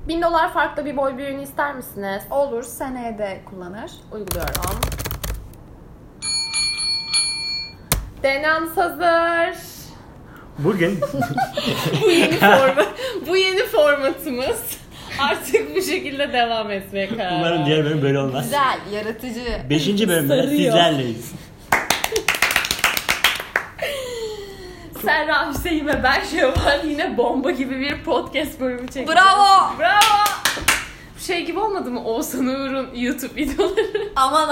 $1000 farklı bir boy büyüğünü ister misiniz? Olur, seneye de kullanır. Uyguluyorum. DNA'nız hazır. Bugün Bu yeni formatımız. Artık bu şekilde devam etmeye karar umarım verdim. diğer bölüm böyle olmaz. Güzel, yaratıcı. 5. bölümde Sarıyor. sizlerleyiz. Serra Hüseyin ve ben Şevval yine bomba gibi bir podcast bölümü çekeceğiz. Bravo! Bravo! Şey gibi olmadı mı Oğuzhan Uğur'un YouTube videoları?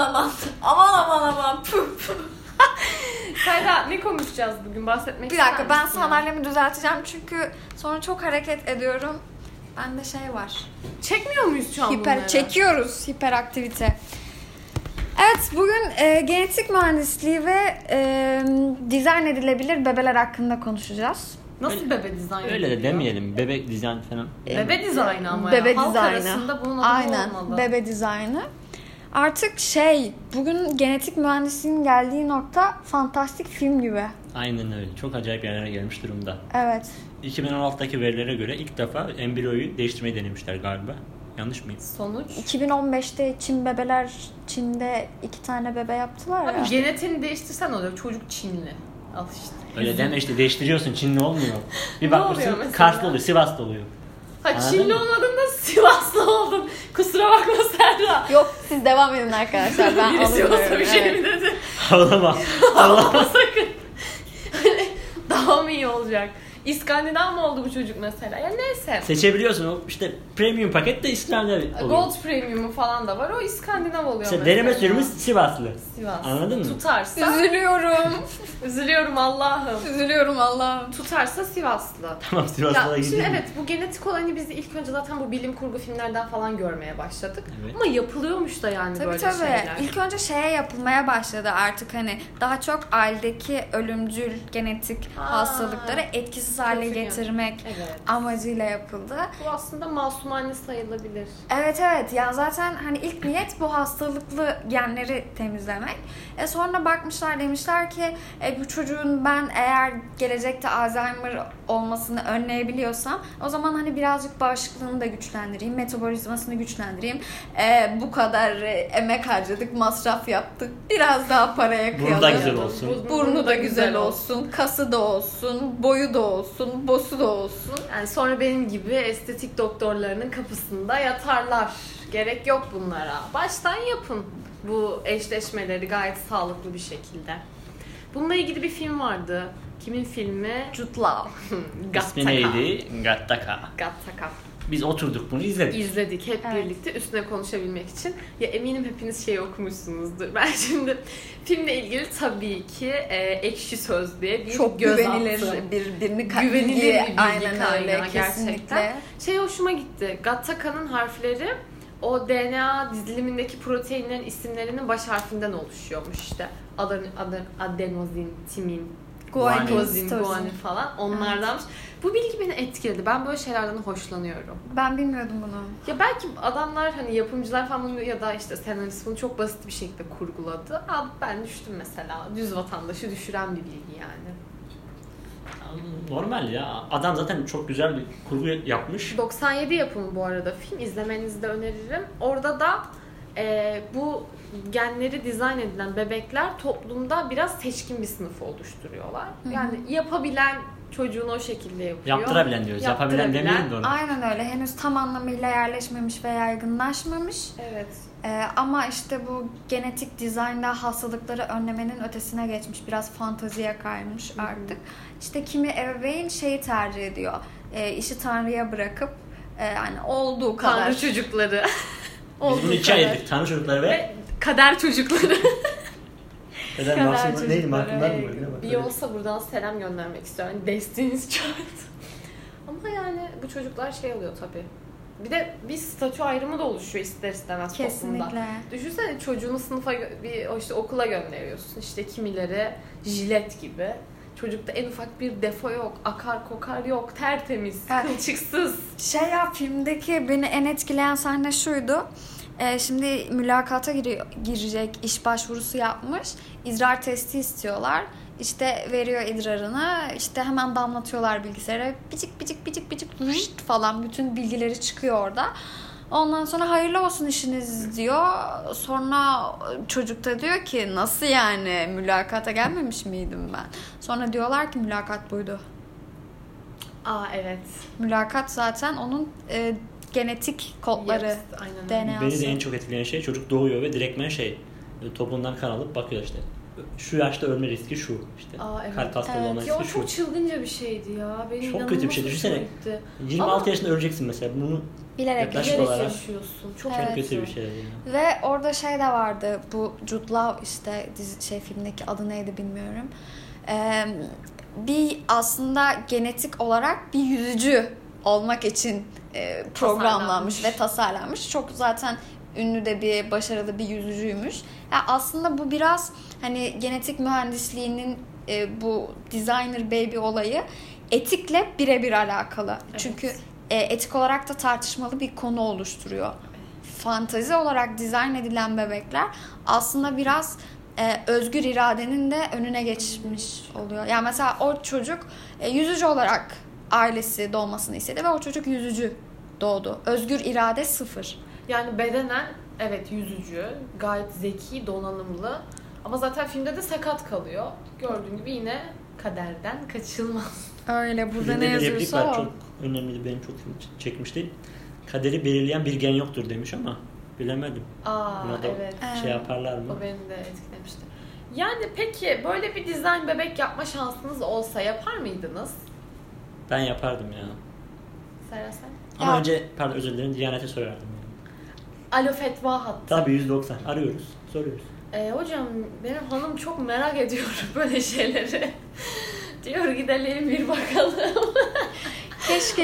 Aman. Serra ne konuşacağız bugün? Bahsetmek Bir ister dakika, ben misin? sandalyemi düzelteceğim çünkü sonra çok hareket ediyorum. Bende şey var. Çekmiyor muyuz şu an bunları? Çekiyoruz, hiperaktivite. Evet, bugün genetik mühendisliği ve dizayn edilebilir bebeler hakkında konuşacağız. Nasıl bebe dizaynı? Öyle de demeyelim. Bebek dizayn falan. Bebe dizaynı ama Bebe ya. Halk dizaynı. arasında bunun adı Aynen, olmalı. bebe dizaynı. Artık bugün genetik mühendisliğinin geldiği nokta fantastik film gibi. Aynen öyle. Çok acayip yerlere gelmiş durumda. Evet. 2016'daki verilere göre ilk defa embriyoyu değiştirmeyi denemişler galiba. Yanlış mıyım? Sonuç? 2015'te Çin'de 2 tane bebe yaptılar ya. Abi genetiğini değiştirsen oluyor. Çocuk Çinli. Al işte. Öyle deme işte, değiştiriyorsun, Çinli olmuyor. Bir Ne oluyor bakmışsın mesela? Karslı oluyor, Sivaslı oluyor. Ha Anladın Çinli mı? olmadın da Sivaslı oldun. Kusura bakma Serra. Yok, siz devam edin arkadaşlar. Ben Biri Sivas'a alıyorum. bir şey Evet. mi dedi? Ağlama. Ağlama sakın. Hani daha mı iyi olacak? İskandinav mı oldu bu çocuk mesela? Ya neyse. Seçebiliyorsun, o işte premium paket de İskandinav oluyor. Gold Premium'u falan da var. O İskandinav oluyor İşte mesela. deneme sürümümüz Sivaslı. Sivas. Anladın mı? Tutarsa. Üzülüyorum. Üzülüyorum Allah'ım. Üzülüyorum Allah'ım. Tutarsa Sivaslı. Tamam, Sivaslı'ya Ya şimdi gidelim. evet, bu genetik olayını biz ilk önce zaten bu bilim kurgu filmlerden falan görmeye başladık. Evet. Ama yapılıyormuş da yani Tabii böyle tabii. şeyler. İlk önce yapılmaya başladı artık, hani daha çok ailedeki ölümcül genetik hastalıkları etkisiz hale kötü getirmek Evet. amacıyla yapıldı. Bu aslında masumane sayılabilir. Evet ya zaten hani ilk niyet bu hastalıklı genleri temizlemek. Sonra bakmışlar, demişler ki bu çocuğun ben eğer gelecekte Alzheimer olmasını önleyebiliyorsam o zaman hani birazcık bağışıklığını da güçlendireyim, metabolizmasını güçlendireyim. Bu kadar emek harcadık, masraf yaptık. Biraz daha paraya kıyalım. Burnu da güzel olsun. Burnu da güzel olsun, kası da olsun, boyu da olsun, bosu da olsun. Yani sonra benim gibi estetik doktorlarının kapısında yatarlar. Gerek yok bunlara. Baştan yapın bu eşleşmeleri gayet sağlıklı bir şekilde. Bununla ilgili bir film vardı. Kimin filmi? Jude Law. İsmi neydi? Gattaca. Gattaca. Biz oturduk bunu izledik. İzledik hep Evet. birlikte üstüne konuşabilmek için. Ya eminim hepiniz okumuşsunuzdur. Ben şimdi filmle ilgili tabii ki Ekşi Sözlüğe bir Çok göz güvenilir attım. birini Güvenilir bir bilgi aynen öyle, kaynağı kesinlikle. gerçekten. Hoşuma gitti. Gattaca'nın harfleri o DNA dizilimindeki proteinlerin isimlerinin baş harfinden oluşuyormuş işte. Adenozin, timin, guanin falan onlardanmış. Bu bilgi beni etkiledi. Ben böyle şeylerden hoşlanıyorum. Ben bilmiyordum bunu. Ya belki adamlar hani yapımcılar falan bunu ya da işte senarist bunu çok basit bir şekilde kurguladı. Abi ben düştüm mesela. Düz vatandaşı düşüren bir bilgi yani. Normal ya. Adam zaten çok güzel bir kurgu yapmış. 97 yapımı bu arada film. İzlemenizi de öneririm. Orada da bu genleri dizayn edilen bebekler toplumda biraz seçkin bir sınıf oluşturuyorlar. Hı-hı. Yani yapabilen çocuğunu o şekilde yapıyor. Yaptırabilen diyoruz. Yapabilen demeyelim de ona. Aynen öyle. Henüz tam anlamıyla yerleşmemiş ve yaygınlaşmamış. Evet. Ama işte bu genetik dizaynda hastalıkları önlemenin ötesine geçmiş. Biraz fanteziye kaymış artık. İşte kimi ebeveyn tercih ediyor. İşi Tanrı'ya bırakıp yani olduğu kadar. Tanrı çocukları. Biz bunu ikiye ayırdık. Tanrı çocukları ve kader çocukları. kader masumlar neydi? Mahkumlar mı? Bir olsa buradan selam göndermek istiyorum. Yani Destiny's Child. Ama yani bu çocuklar oluyor tabii. Bir de bir statü ayrımı da oluşuyor ister istemez Kesinlikle. toplumda. Düşünsene çocuğunu sınıfa işte okula gönderiyorsun. İşte kimileri jilet gibi. Çocukta en ufak bir defo yok, akar kokar yok, tertemiz, kılçıksız. Filmdeki beni en etkileyen sahne şuydu. Şimdi mülakata girecek, iş başvurusu yapmış. İdrar testi istiyorlar. İşte veriyor idrarını. İşte hemen damlatıyorlar bilgisayara. Bicik falan bütün bilgileri çıkıyor orada. Ondan sonra hayırlı olsun işiniz diyor. Sonra çocuk da diyor ki nasıl yani, mülakata gelmemiş miydim ben? Sonra diyorlar ki mülakat buydu. Evet. Mülakat zaten onun genetik kodları, Yes, aynen. DNA'sı. Beni de en çok etkileyen şey çocuk doğuyor ve direktmen topuğundan kan alıp bakıyor işte. Şu yaşta ölme riski şu işte. Evet. Kalp hastalığı olma Ya o riski çok şu. çılgınca bir şeydi ya. Beni Çok kötü bir şey. Düşünsene. 26 yaşında öleceksin mesela. Bunu bilerek yaklaşık Bilerek olarak yaşıyorsun. Çok Evet. kötü bir şey yani. Ve orada şey de vardı, bu Jude Law işte filmdeki adı neydi bilmiyorum. Bir aslında genetik olarak bir yüzücü olmak için programlanmış ve tasarlanmış. Çok zaten ünlü de bir başarılı bir yüzücüymüş. Yani aslında bu biraz hani genetik mühendisliğinin bu designer baby olayı etikle birebir alakalı. Evet. Çünkü etik olarak da tartışmalı bir konu oluşturuyor. Fantezi olarak dizayn edilen bebekler aslında biraz özgür iradenin de önüne geçmiş oluyor. Yani mesela o çocuk yüzücü olarak ailesi doğmasını istedi ve o çocuk yüzücü doğdu. Özgür irade 0. Yani bedenen evet yüzücü, gayet zeki, donanımlı ama zaten filmde de sakat kalıyor. Gördüğün gibi yine kaderden kaçılmaz. Öyle, burada filmde ne yazıyorsa var, çok önemli, benim çok çekmişti. Kaderi belirleyen bir gen yoktur demiş ama bilemedim. Evet. Şey yaparlar mı? O beni de etkilemişti. Yani peki böyle bir dizayn bebek yapma şansınız olsa yapar mıydınız? Ben yapardım ya. Serra sen? Ama önce özür dilerim, Diyanet'e sorardım. Yani. Alo fetva hattı. Tabii 190 arıyoruz, soruyoruz. Hocam benim hanım çok merak ediyor böyle şeyleri. Diyor gidelim bir bakalım. Keşke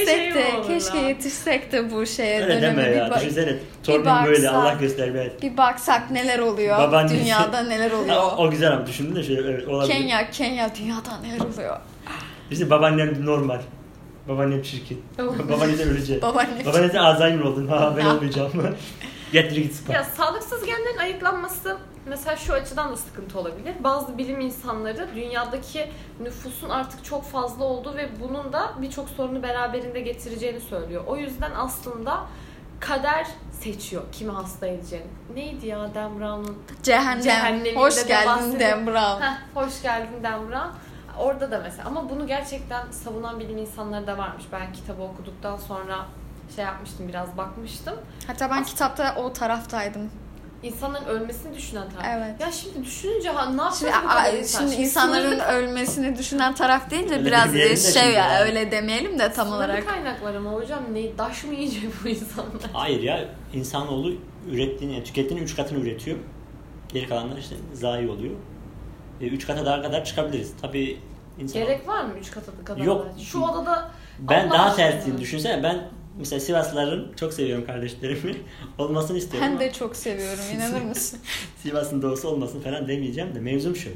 yetişsek de bu şeye öyle deme ya. Düşünsene torunum böyle Allah göstermez. Bir baksak neler oluyor. Dünyada neler oluyor. O güzel ama düşündün de evet olabilir. Kenya dünyada neler oluyor. Bizim babaannem normal. Babaannem çirkin. Babaannem ölecek. Babaannem Alzheimer oldun. Ben olmayacağım. Getir git spa. Ya sağlıksız genlerin ayıklanması mesela şu açıdan da sıkıntı olabilir. Bazı bilim insanları dünyadaki nüfusun artık çok fazla olduğu ve bunun da birçok sorunu beraberinde getireceğini söylüyor. O yüzden aslında kader seçiyor kimi hasta edeceğini. Neydi ya Dan Brown'un? Cehennem. Hoş geldin Dan Brown. Hoş geldin Dan Brown. Orada da mesela ama bunu gerçekten savunan bilim insanları da varmış. Ben kitabı okuduktan sonra yapmıştım, biraz bakmıştım. Hatta ben kitapta o taraftaydım. İnsanların ölmesini düşünen taraf. Evet. Ya şimdi düşününce ne yapacağız? Şimdi insanların ölmesini düşünen taraf değil de biraz öyle demeyelim de tam olarak. Kaynak var ama hocam daş mı yiyecek bu insanlar? Hayır ya, insanoğlu ürettiğini, tükettiğini 3 katını üretiyor. Geri kalanlar işte zayi oluyor. 3 kata daha kadar çıkabiliriz. Tabii gerek var mı 3 kata kadar? Yok. Şu odada ben daha tersiyim. Düşünsene, ben mesela Sivaslıların çok seviyorum kardeşlerimi. Olmasını istiyorum. Ben de çok seviyorum. İnanır mısın? Sivas'ın doğusu olmasın falan demeyeceğim de mevzum şu.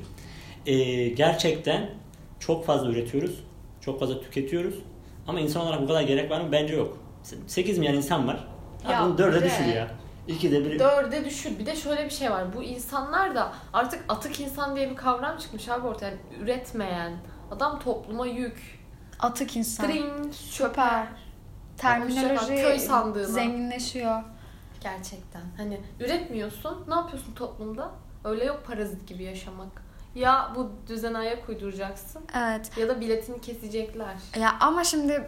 Gerçekten çok fazla üretiyoruz. Çok fazla tüketiyoruz. Ama insan olarak bu kadar gerek var mı? Bence yok. 8 milyon insan var. Ya bunu 4'e düşür ya. 2'de 1. 4'e düşür. Bir de şöyle bir şey var. Bu insanlar da artık atık insan diye bir kavram çıkmış abi ortaya. Yani üretmeyen adam topluma yük. Atık insan. String, çöper. Terminoloji köy sandığına zenginleşiyor. Gerçekten. Hani üretmiyorsun. Ne yapıyorsun toplumda? Öyle yok parazit gibi yaşamak. Ya bu düzene ayak uyduracaksın. Evet. Ya da biletini kesecekler. Ya ama şimdi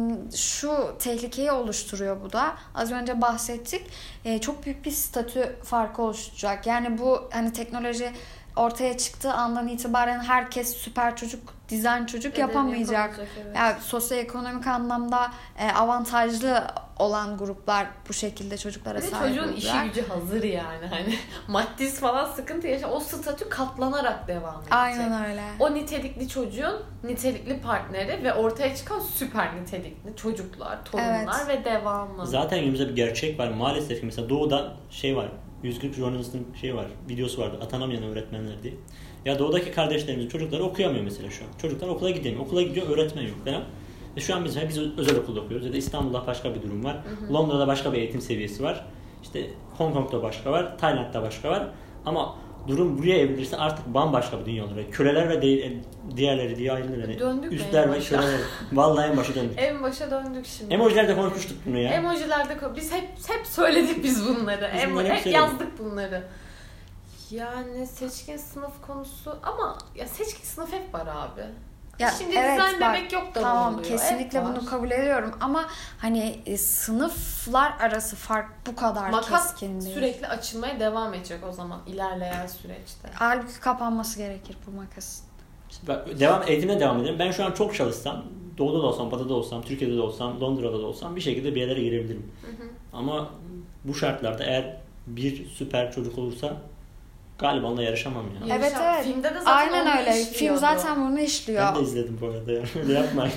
şu tehlikeyi oluşturuyor bu da. Az önce bahsettik. Çok büyük bir statü farkı oluşacak. Yani bu hani teknoloji ortaya çıktığı andan itibaren herkes süper çocuk, dizayn çocuk yapamayacak. Evet. Yani sosyoekonomik anlamda avantajlı olan gruplar bu şekilde çocuklara sahip olacak. Çocuğun işi gücü hazır yani. Hani maddis falan sıkıntı yaşa. O statü katlanarak devam edecek. Aynen öyle. O nitelikli çocuğun nitelikli partneri ve ortaya çıkan süper nitelikli çocuklar, torunlar ve devamı. Zaten günümüzde bir gerçek var. Maalesef ki mesela Doğu'da var. 140 Journalist'ın var. Videosu vardı. Atanamayan öğretmenler diye. Ya Doğu'daki kardeşlerimizin çocukları okuyamıyor mesela şu an. Çocuklar okula gidemiyor. Okula gidiyor, öğretmen yok falan. Ve şu an biz özel okulda okuyoruz. Ya da İstanbul'da başka bir durum var. Londra'da başka bir eğitim seviyesi var. İşte Hong Kong'da başka var. Tayland'da başka var. Ama durum buraya evrilirse artık bambaşka bir dünya olur. Köleler ve diğerleri diye ayrılır. Döndük mü Üstler en ve başa? köleler. Vallahi en başa döndük. En başa döndük şimdi. Emojilerde konuşmuştuk bunu ya. Emojilerde biz hep söyledik biz bunları. Biz bunları hep Hep söyledik. yazdık bunları. Yani seçkin sınıf konusu ama ya seçkin sınıf hep var abi. Ya, Şimdi evet, dizayn bak, demek yok da tamam, oluyor. kesinlikle Hep var. bunu kabul ediyorum ama hani sınıflar arası fark bu kadar Makas keskin değil. sürekli açılmaya devam edecek o zaman ilerleyen süreçte. Halbuki kapanması gerekir bu makasın. Eğitimine devam edelim. Ben şu an çok çalışsam, Doğu'da da olsam, Batı'da da olsam, Türkiye'de de olsam, Londra'da da olsam bir şekilde bir yerlere girebilirim. Ama bu şartlarda eğer bir süper çocuk olursa galiba onunla yarışamam ya. Evet, evet. Filmde de zaten Aynen onu öyle. işliyordu. Film zaten bunu işliyor. Ben de izledim bu arada ya. Öyle yapmayın.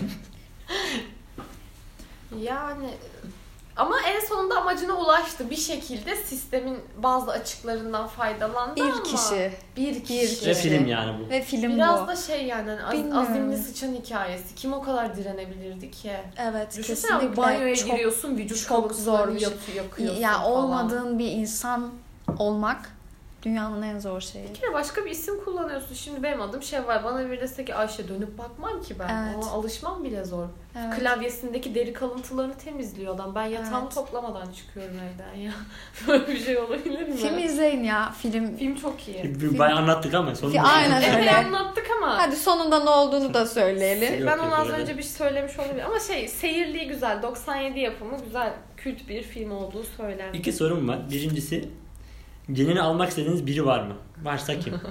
Yani ama en sonunda amacına ulaştı. Bir şekilde sistemin bazı açıklarından faydalandı Bir ama kişi. bir kişi. Ve film yani bu. Ve film Biraz bu. da şey yani Bilmiyorum. azimli sıçan hikayesi. Kim o kadar direnebilirdi ki? Evet, Düşünsene kesinlikle. banyoya çok, giriyorsun, vücut çok zor bir şey. yakıyorsun Ya falan. olmadığın bir insan olmak dünyanın en zor şeyi. Bir kere başka bir isim kullanıyorsun. Şimdi benim adım Şevval. Bana bir dese ki Ayşe, dönüp bakmam ki ben. Evet. Ona alışmam bile zor. Evet. Klavyesindeki deri kalıntılarını temizliyor adam. Ben yatağımı Evet. toplamadan çıkıyorum evden ya. Böyle bir şey olabilir mi? Film izleyin ya. Film çok iyi. Bayağı anlattık ama sonunda. Aynen Evet öyle. anlattık ama. Hadi sonunda ne olduğunu da söyleyelim. Yok, Ben onu az öyle. önce bir şey söylemiş olabilirim. Ama seyirliği güzel. 97 yapımı güzel. Kült bir film olduğu söylendi. 2 sorum var. Birincisi, genini almak istediğiniz biri var mı? Varsa kim?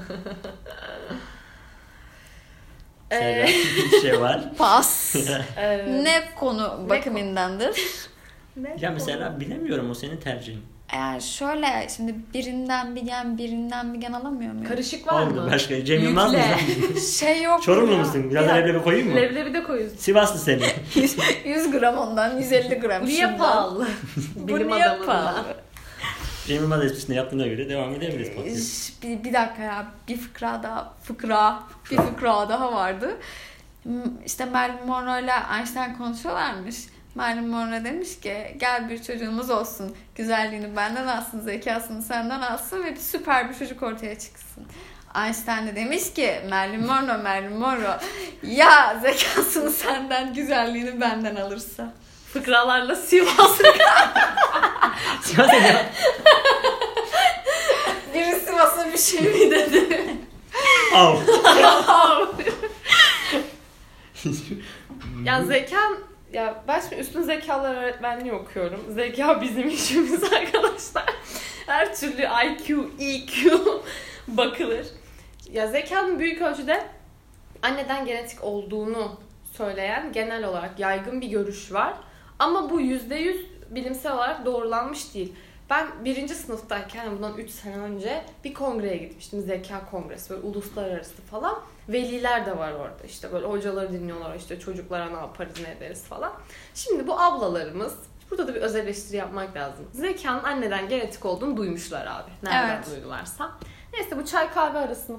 Bir şey var. Pas. Ee, Ne konu bakımındandır? Ya mesela bilemiyorum, o senin tercihin. Eğer şöyle şimdi birinden bir gen alamıyor muyum? Karışık var Oldu mı? başka. Cem Yılmaz mı? Şey yok. Çorumlu ya. musun? Biraz da Ya, leblebi koyayım mı? Leblebi de koyuyorsun. Sivaslı seni. 100 gram ondan, 150 gram Niye şundan. pahalı? Bu Bilim niye adamı pahalı? Cem Yılmaz esprisini yaptığına göre devam edebiliriz podcast. Bir dakika ya, bir fıkra daha vardı. İşte Marilyn Monroe ile Einstein konuşuyorlarmış. Marilyn Monroe demiş ki gel bir çocuğumuz olsun. Güzelliğini benden alsın, zekasını senden alsın ve bir süper bir çocuk ortaya çıksın. Einstein de demiş ki Marilyn Monroe ya zekasını senden, güzelliğini benden alırsa. Fıkralarla Sivas. Sivas'a ya. Biri Sivas'a bir şey mi dedi? Av. Ya zekan, ya ben şimdi üstün zekalar öğretmenliği okuyorum. Zeka bizim işimiz arkadaşlar. Her türlü IQ, EQ bakılır. Ya zekanın büyük ölçüde anneden genetik olduğunu söyleyen genel olarak yaygın bir görüş var. Ama bu %100 bilimsel olarak doğrulanmış değil. Ben 1. sınıftayken, bundan 3 sene önce bir kongreye gitmiştim. Zeka kongresi, böyle uluslararası falan. Veliler de var orada, işte böyle hocaları dinliyorlar, işte çocuklara ne yaparız ne ederiz falan. Şimdi bu ablalarımız, burada da bir öz eleştiri yapmak lazım. Zekanın anneden genetik olduğunu duymuşlar abi. Nereden Evet. duydularsa. Neyse bu çay kahve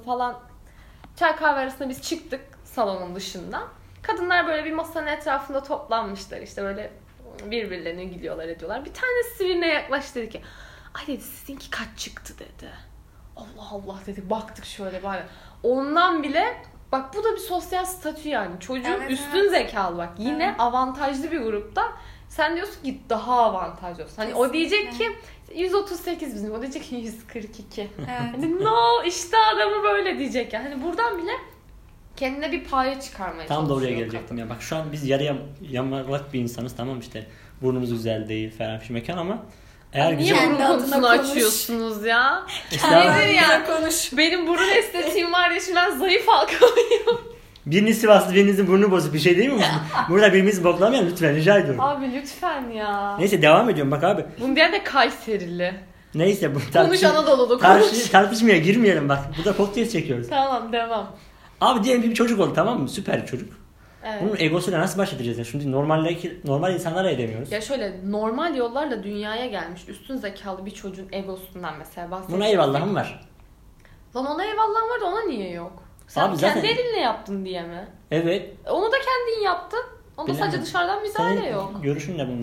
arasında biz çıktık salonun dışında. Kadınlar böyle bir masanın etrafında toplanmışlar, işte böyle birbirlerine gülüyorlar ediyorlar. Bir tanesi birine yaklaştı, dedi ki ay dedi sizinki kaç çıktı dedi. Allah Allah dedi, baktık şöyle bari. Ondan bile bak, bu da bir sosyal statü yani. Çocuğun Evet, üstün zekalı bak. Yine Evet. avantajlı bir grupta. Sen diyorsun ki daha avantajlı olsun. Hani o diyecek ki 138 bizim. O diyecek ki 142. Evet. Hani no, işte adamı böyle diyecek yani. Hani buradan bile kendine bir paya çıkarmaya Tam da çalışıyor oraya gelecektim kadın. ya. Bak şu an biz yarı yamalak bir insanız, tamam işte. Burnumuz güzel değil falan bir mekan ama eğer Niye güzel... burun Kendi konusunu adına konuş. açıyorsunuz ya? Estağfurullah. Nedir ya? Konuş. Benim burun estetiğim var ya, şimdi ben zayıf halkalıyım. Biriniz Sivaslı, birinizin burnu bozuk, bir şey değil mi? Burada birbirimizi boklamayalım lütfen, rica ediyorum. Abi lütfen ya. Neyse devam ediyorum bak abi. Bunun diğer de Kayserili. Neyse bu Konuş Anadolu'da konuş. tartışmaya girmeyelim bak. Burada podcast çekiyoruz. Tamam devam. Abi diyelim ki bir çocuk oldu, tamam mı? Süper bir çocuk. Evet. Bunun egosuyla nasıl baş edeceğiz? Şimdi normal insanlara edemiyoruz. Ya şöyle normal yollarla dünyaya gelmiş üstün zekalı bir çocuğun egosundan mesela bahsediyorum. Buna eyvallahım var. Lan ona eyvallahın var da ona niye yok? Sen Abi kendi zaten- elinle yaptın diye mi? Evet. Onu da kendin yaptın. Onda Bilemem. sadece dışarıdan müdahale Senin yok. görüşün ne bununla ilgili?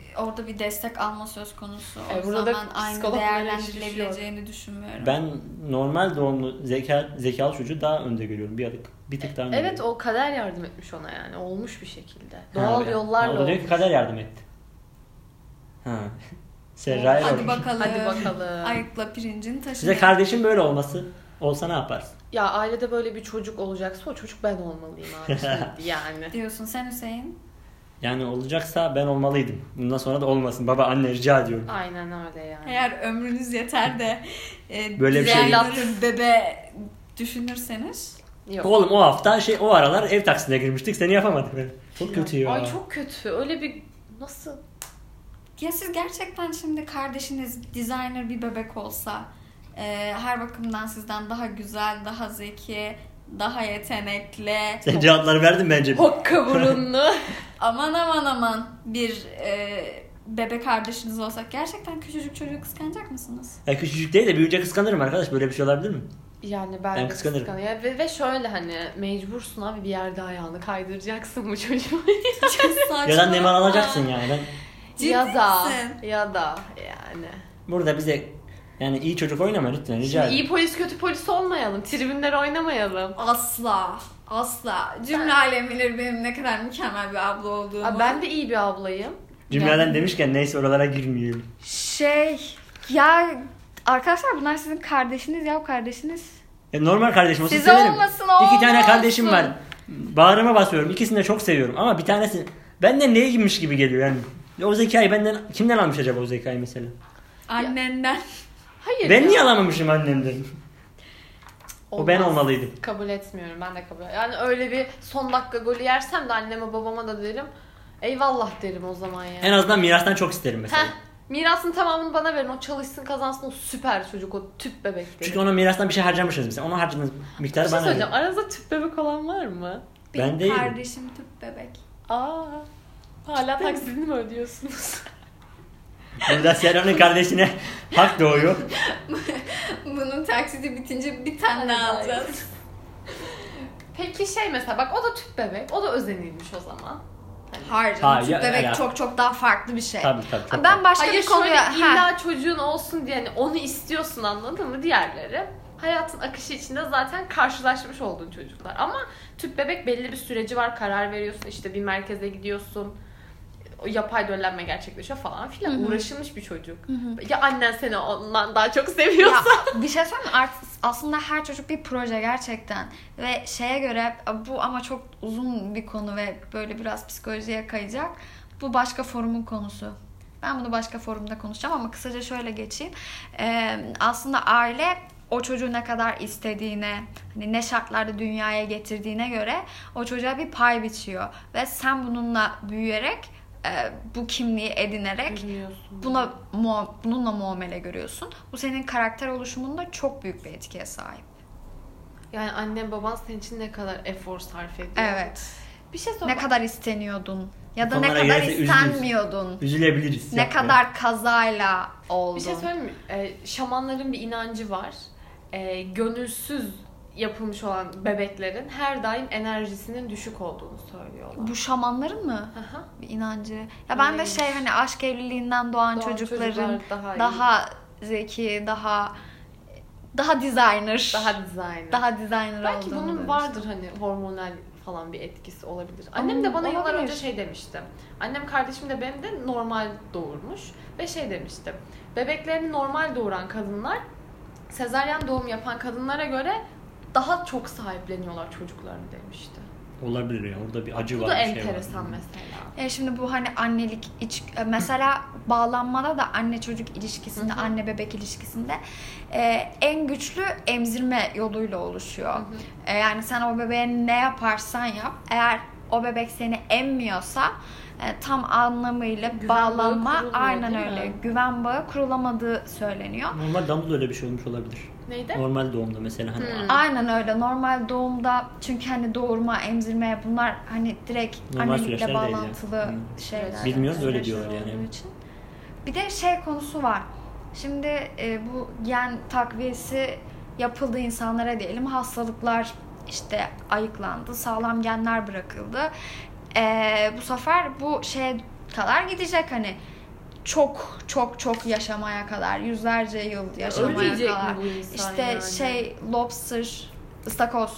orada bir destek alma söz konusu. O burada zaman aynı psikologlara değerlendirilebileceğini düşünmüyorum. Ben normal doğumlu zekalı çocuğu daha önde görüyorum. Bir tık daha önde Evet, görüyorum. o kader yardım etmiş ona yani. Olmuş bir şekilde. Ha, Doğal be. yollarla O da diyor ki olmuş. kader yardım etti. Ha. Serra'ya Hadi olmuş. bakalım. Hadi bakalım. Ayıkla pirincin taşını. Size kardeşim böyle olsa ne yaparsın? Ya ailede böyle bir çocuk olacaksa o çocuk ben olmalıyım abi şimdi yani. diyorsun sen Hüseyin. Yani olacaksa ben olmalıydım. Bundan sonra da olmasın. Baba, anne, rica ediyorum. Aynen öyle yani. Eğer ömrünüz yeter de Böyle bir şey- bebe düşünürseniz. Yok. Oğlum o hafta o aralar ev taksine girmiştik. Seni yapamadık be. Çok kötü ya. Ay çok kötü. Öyle bir nasıl? Ya siz gerçekten şimdi kardeşiniz designer bir bebek olsa her bakımdan sizden daha güzel, daha zeki, daha yetenekli, Sen cevapları verdin bence. Hokka burunlu. aman bir bebek kardeşiniz olsa gerçekten küçücük çocuğu kıskanacak mısınız? Ya küçücük değil de büyüyünce kıskanırım arkadaş. Böyle bir şey olabilir mi? Yani Ben ben kıskanırım. kıskanıyorum. Ve şöyle hani mecbursun abi, bir yerde ayağını kaydıracaksın bu çocuğu. Ya da neman alacaksın yani. Ben ya da yani. burada bize yani iyi çocuk oynama lütfen, rica Şimdi ederim. iyi polis kötü polis olmayalım. Tribünler oynamayalım. Asla. Cümle alem bilir benim ne kadar mükemmel bir abla olduğumu. Abi ben de iyi bir ablayım. Cümleden demişken neyse oralara girmeyelim. Ya arkadaşlar bunlar sizin kardeşiniz ya, kardeşiniz. Normal kardeşim olsun Size severim. olmasın, 2 tane kardeşim olsun. var. Bağrıma basıyorum. İkisini de çok seviyorum. Ama bir tanesi benden neye girmiş gibi geliyor yani. O zekayı benden kimden almış acaba o zekayı mesela? Annenden. Hayır Ben ya. niye alamamışım annemden? O ben Olmaz. olmalıydım. Kabul etmiyorum. Ben de kabul Yani öyle bir son dakika golü yersem de anneme babama da derim. Eyvallah derim o zaman yani. En azından mirastan çok isterim mesela. Mirasın tamamını bana verin. O çalışsın, kazansın, o süper çocuk, o tüp bebek derim. Çünkü ona mirastan bir şey harcamışız mesela. Ona harcadığınız miktarı Bir şey bana söyleyeceğim. verin. Aranızda tüp bebek olan var mı? Ben Benim değilim. kardeşim tüp bebek. Hala taksidini mi ödüyorsunuz? Burada Serra'nın kardeşine hak doğuyor. Bunun taksidi bitince bir tane daha alacağız. Peki mesela bak, o da tüp bebek. O da özenilmiş o zaman. Hayır canım, Hayır, tüp ya- bebek ya- çok daha farklı bir şey. Tabii çok Ben başka Hayır bir konuya... şöyle illa çocuğun olsun diye hani onu istiyorsun, anladın mı? Diğerleri hayatın akışı içinde zaten karşılaşmış olduğun çocuklar. Ama tüp bebek belli bir süreci var. Karar veriyorsun, işte bir merkeze gidiyorsun. O yapay döllenme gerçekleşiyor falan filan. Hı hı. Uğraşılmış bir çocuk. Ya annen seni ondan daha çok seviyorsa. Ya, bir şey söyleyeyim mi? Aslında her çocuk bir proje gerçekten. Ve şeye göre bu ama çok uzun bir konu ve böyle biraz psikolojiye kayacak. Bu başka forumun konusu. Ben bunu başka forumda konuşacağım ama kısaca şöyle geçeyim. Aslında aile o çocuğu ne kadar istediğine, hani ne şartlarda dünyaya getirdiğine göre o çocuğa bir pay biçiyor. Ve sen bununla büyüyerek, bu kimliği edinerek bununla muamele görüyorsun. Bu senin karakter oluşumunda çok büyük bir etkiye sahip. Yani annen baban senin için ne kadar efor sarf ediyor. Evet. Bir şey sor. Ne kadar isteniyordun ya da ne Konulara kadar gelirse istenmiyordun. Üzülebiliriz. Ne kadar kazayla oldun. Bir şey söyleyeyim mi? Şamanların bir inancı var. Gönülsüz yapılmış olan bebeklerin her daim enerjisinin düşük olduğunu söylüyorlar. Bu şamanların mı? Aha. Bir inancı. Ya ben de hani aşk evliliğinden doğan çocukların daha zeki, daha designer. Daha designer Belki olduğunu bunun duymuştum. vardır hani hormonal falan bir etkisi olabilir. Annem de bana yıllar olabilir. önce şey demişti. Annem kardeşim de benim de normal doğurmuş ve şey demişti. Bebeklerini normal doğuran kadınlar sezaryen doğum yapan kadınlara göre daha çok sahipleniyorlar çocuklarını demişti. Olabilir ya. Orada bir acı Bu var. da bir şey enteresan var. mesela. Şimdi bu hani annelik mesela bağlanmada da anne çocuk ilişkisinde, Hı hı. anne bebek ilişkisinde en güçlü emzirme yoluyla oluşuyor. Hı hı. Yani sen o bebeğe ne yaparsan yap, eğer o bebek seni emmiyorsa tam anlamıyla Güven bağlanma bağı kurulmuyor, aynen değil öyle. mi? Güven bağı kurulamadığı söyleniyor. Normal doğumda öyle bir şey olmuş olabilir. Neydi? Normal doğumda mesela hani Aynen öyle. Normal doğumda çünkü hani doğurma, emzirme bunlar hani direkt Normal annelikle süreçler değil bağlantılı yani. şeyler. Bilmiyoruz, öyle süreçler diyorlar yani, olduğu evet. için. Bir de şey konusu var. Şimdi bu gen takviyesi yapıldı insanlara diyelim. Hastalıklar işte ayıklandı. Sağlam genler bırakıldı. Bu sefer bu şeye kadar gidecek hani. çok çok çok yaşamaya kadar, yüzlerce yıl yaşamaya Ölmeyecek mi kadar. bu insan İşte yani? Lobster, ıstakoz.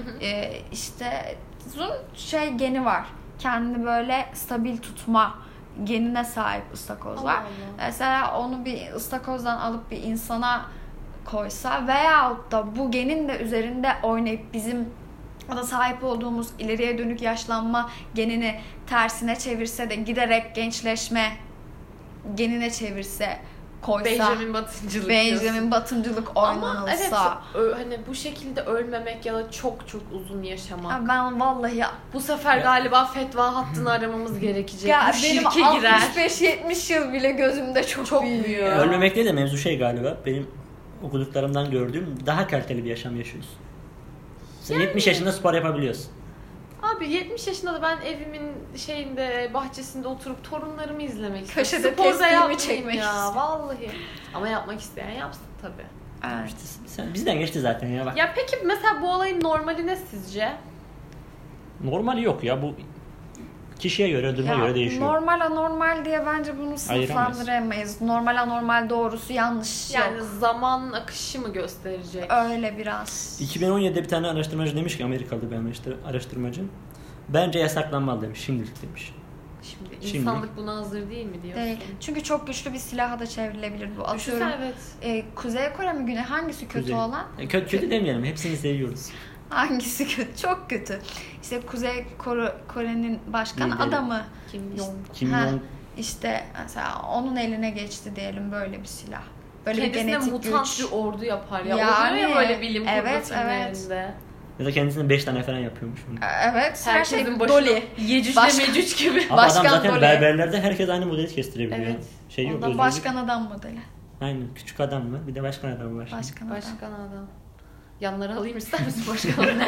İşte geni var. Kendini böyle stabil tutma genine sahip ıstakoz var. Allah. Mesela onu bir ıstakozdan alıp bir insana koysa veyahut da bu genin de üzerinde oynayıp bizim da sahip olduğumuz ileriye dönük yaşlanma genini tersine çevirse de giderek gençleşme genine çevirse, koysa, Benjamin Batıncılık Ama oynanılsa. evet, hani bu şekilde ölmemek ya da çok çok uzun yaşamak. Ben vallahi Bu sefer galiba fetva hattını aramamız gerekecek. ya Bu benim şirke girer. 65-70 yıl bile gözümde çok büyüyor. büyüyor. Ölmemek değil de mevzu galiba. Benim okuduklarımdan gördüğüm daha kaliteli bir yaşam yaşıyorsun. Sen 70 yaşında spor yapabiliyorsun. Abi 70 yaşında da ben evimin bahçesinde oturup torunlarımı izlemek istiyorum. Köşede Spor da testiğimi yapmayayım çekmek ya istiyorum. vallahi. Ama yapmak isteyen yapsın tabii. Evet. İşte sen bizden geçti zaten ya bak. Ya peki mesela bu olayın normali ne sizce? Normali yok ya, bu kişiye göre, duruma göre değişiyor. Normal anormal diye bence bunu sınıflandıramayız. Normal anormal doğrusu yanlış Yani yok. zaman akışı mı gösterecek? Öyle biraz. 2017'de bir tane araştırmacı demiş ki, Amerikalı bir araştırmacı. Bence yasaklanmalı demiş, şimdilik demiş. Şimdi insanlık buna hazır değil mi diyorsun? Değil. Çünkü çok güçlü bir silaha da çevrilebilir bu. Atıyorum. Evet. Kuzey Kore mi Güney? Hangisi kötü olan? Kötü demeyelim, hepsini seviyoruz. Hangisi kötü? Çok kötü. İşte Kuzey Kore'nin başkan Lideri. adamı. Kim Jong İşte mesela onun eline geçti diyelim böyle bir silah. Böyle bir kendisine genetik mutant güç. bir ordu yapar ya. Yani, Oluyor ya böyle bilim kurgu evet, filmlerinde. ya da kendisine 5 tane falan yapıyormuş bunu. Evet, her şey Herkesin başına Dolly. Yecüc Başka- ve Mecüc gibi. Ama adam Başkan zaten Dolly. berberlerde herkes aynı modeli kestirebiliyor. Evet. Şey yok, Ondan özgürlük. başkan adam modeli. Aynen, küçük adam var, bir de başkan adam var. Başkan adam. Başkan adam. Yanları alayım ister misin başkan adam?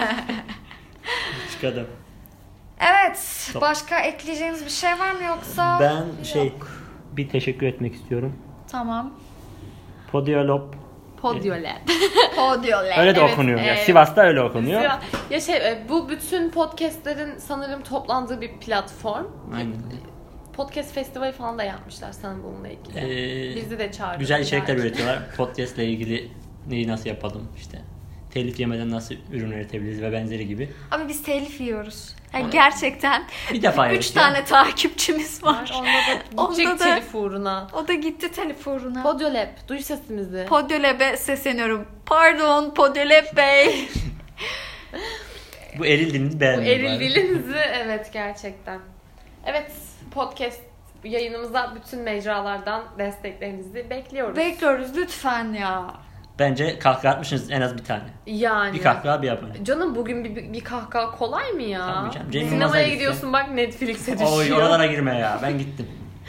Küçük adam. Evet, Çok. başka ekleyeceğiniz bir şey var mı yoksa? Ben bir teşekkür etmek istiyorum. Tamam. Podiolop. Podyolab. Podioler. Öyle de Evet, okunuyor ya. Sivas'ta öyle okunuyor. Ya bu bütün podcastlerin sanırım toplandığı bir platform. Aynen. Podcast festivali falan da yapmışlar sanırım bununla ilgili. Bizi de çağırdılar. Güzel içerikler yani. üretiyorlar. Podcast ile ilgili neyi nasıl yapalım işte. Telif yemeden nasıl ürün üretebiliriz ve benzeri gibi. Abi biz telif yiyoruz. Yani gerçekten Bir defa 3 tane takipçimiz var. Onda da gidecek Onda da- telif uğruna. O da gitti telif uğruna. Podyolab, duy sesimizi. Podyolab'e sesleniyorum. Pardon Podyolab Bey. Bu eril dilini Bu beğenmiyorum. eril dilinizi evet gerçekten. Evet podcast yayınımıza bütün mecralardan desteklerinizi bekliyoruz. Bekliyoruz lütfen ya. Bence kahkaha atmışsınız en az bir tane. Yani. Bir kahkaha bir abone. Canım bugün bir kahkaha kolay mı ya? Tabii canım. Cem Yılmaz'a Sinemaya gitsin. gidiyorsun bak Netflix'e düşüyor. Oy, oralara girme ya. Ben gittim.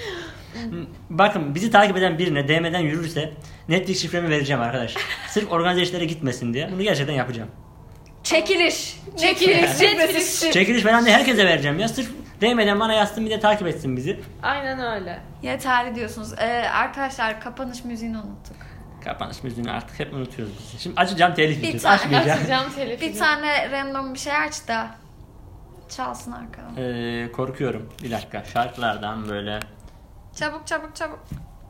Bakın, bizi takip eden birine DM'den yürürse Netflix şifremi vereceğim arkadaş. Sırf organize işlere gitmesin diye. Bunu gerçekten yapacağım. Çekiliş. Netflix. Çekiliş falan diye herkese vereceğim ya. Sırf DM'den bana yazsın, bir de takip etsin bizi. Aynen öyle. Yeterli diyorsunuz. Arkadaşlar kapanış müziğini unuttuk. Kapanış müziğini artık hep unutuyoruz biz. Şimdi açacağım, telif Bir yiyeceğiz. tane Açmayacağım. Açacağım telif. Bir tane random bir şey aç da çalsın arkadan. Korkuyorum. Bir dakika. Şarkılardan böyle. Çabuk çabuk çabuk.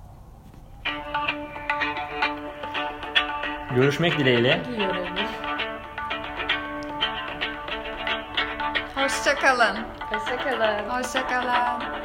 Görüşmek dileğiyle. Hoşça kalın. Hoşçakalın. Hoşça kalın.